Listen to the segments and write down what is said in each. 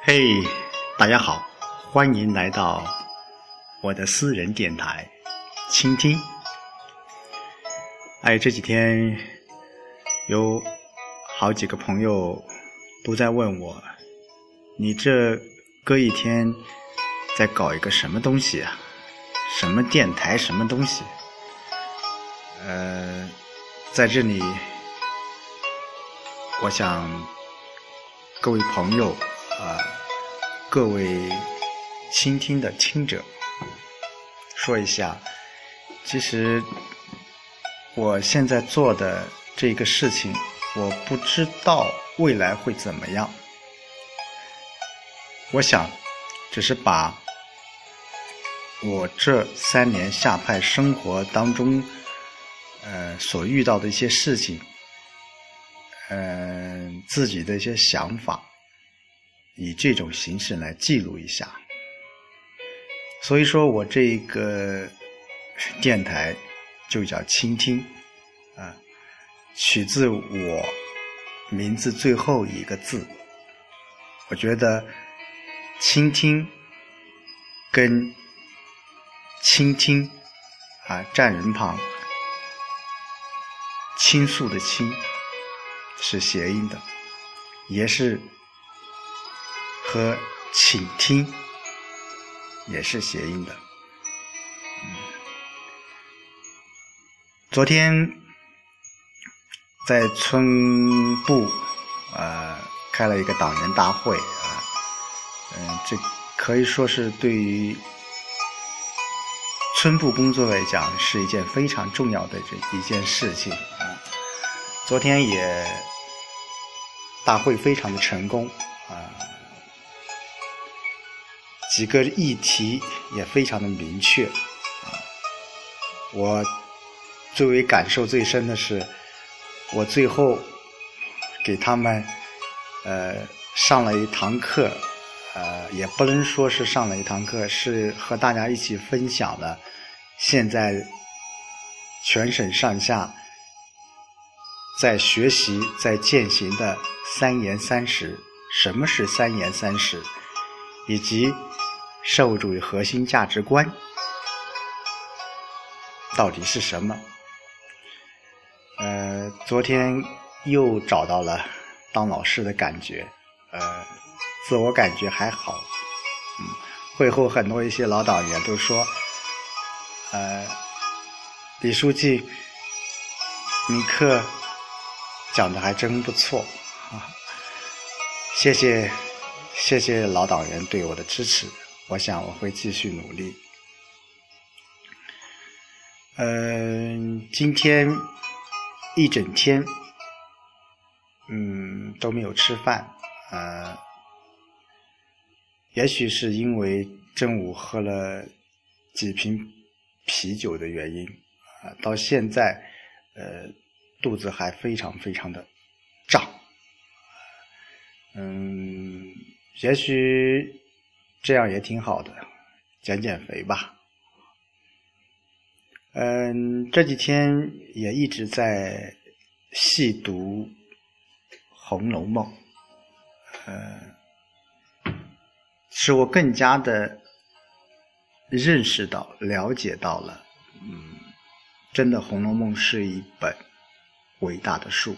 嘿，大家好，欢迎来到我的私人电台倾听。这几天有好几个朋友都在问我，你这隔一天在搞一个什么东西啊？什么电台什么东西？在这里我想各位朋友各位倾听的听者说一下，其实我现在做的这个事情，我不知道未来会怎么样。我想只是把我这3年下派生活当中所遇到的一些事情，自己的一些想法，以这种形式来记录一下。所以说我这个电台就叫倾听，取自我名字最后一个字。我觉得倾听跟倾听占人旁，倾诉的倾是谐音的，也是和倾听也是谐音的。昨天在村部开了一个党员大会这可以说是对于村部工作来讲是一件非常重要的一件事情昨天也大会非常的成功几个议题也非常的明确我最为感受最深的是，我最后给他们上了一堂课也不能说是上了一堂课，是和大家一起分享了现在全省上下在学习在践行的3严30，什么是3严30，以及社会主义核心价值观到底是什么。昨天又找到了当老师的感觉，自我感觉还好。会后很多一些老党员都说，李书记，你课讲的还真不错谢谢老党员对我的支持，我想我会继续努力。今天一整天都没有吃饭也许是因为中午喝了几瓶啤酒的原因到现在肚子还非常非常的胀也许这样也挺好的，减肥吧。这几天也一直在细读《红楼梦》使我更加的认识到了解到了真的《红楼梦》是一本伟大的书。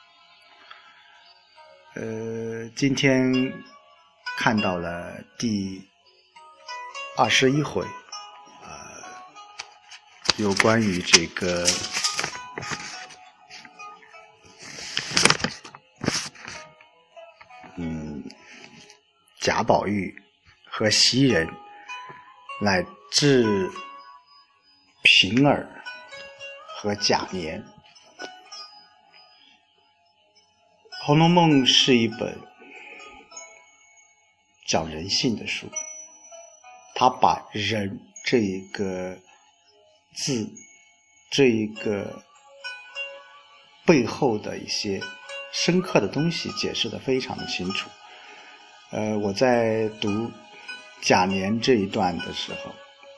今天看到了第21回有关于这个贾宝玉和袭人乃至平儿和贾琏。《红楼梦》是一本讲人性的书，他把人这一个字，这一个背后的一些深刻的东西解释得非常的清楚。我在读贾琏这一段的时候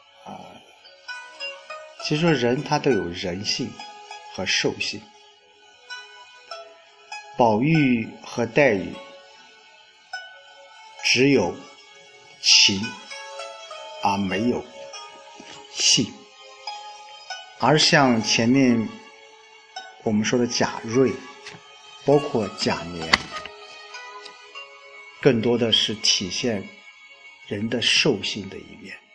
其实说人他都有人性和兽性。宝玉和黛玉只有情而没有性。而像前面我们说的甲瑞，包括甲年，更多的是体现人的兽性的一面。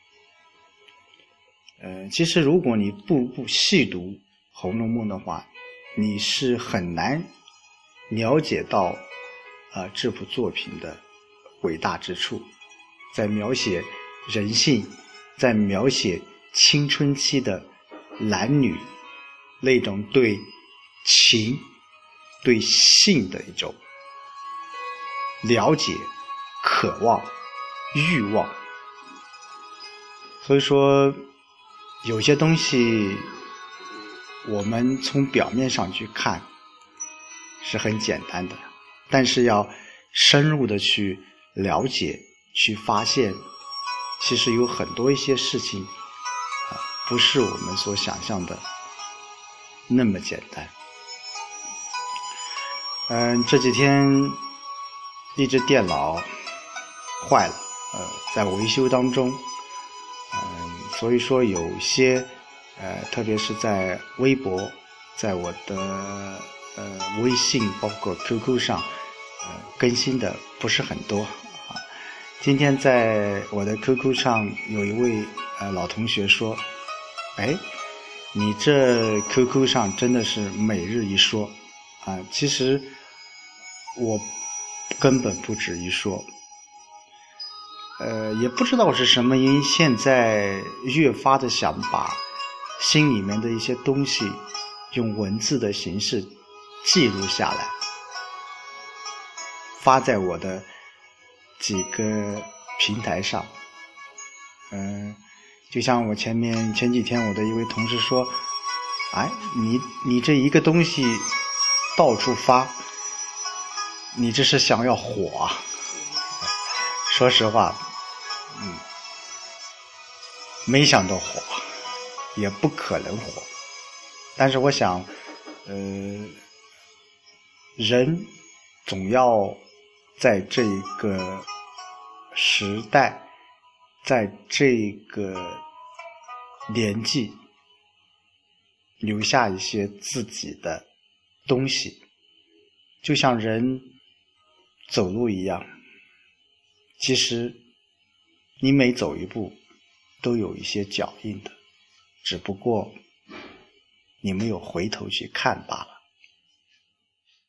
其实如果你步步细读《红楼梦》的话，你是很难了解到这部作品的伟大之处，在描写人性，在描写青春期的男女那种对情对性的一种了解、渴望、欲望。所以说有些东西我们从表面上去看是很简单的，但是要深入的去了解、去发现，其实有很多一些事情不是我们所想象的那么简单。这几天一只电脑坏了，在维修当中，所以说有些特别是在微博，在我的微信包括 QQ 上更新的不是很多啊。今天在我的 QQ 上有一位老同学说，你这 QQ 上真的是每日一说啊。其实我根本不止一说，也不知道是什么原因，现在越发的想把心里面的一些东西用文字的形式记录下来，发在我的几个平台上。就像我前几天我的一位同事说，你这一个东西到处发，你这是想要火啊。说实话，没想到火，也不可能火。但是我想人总要在这个时代，在这个年纪留下一些自己的东西，就像人走路一样，其实你每走一步都有一些脚印的，只不过你没有回头去看罢了。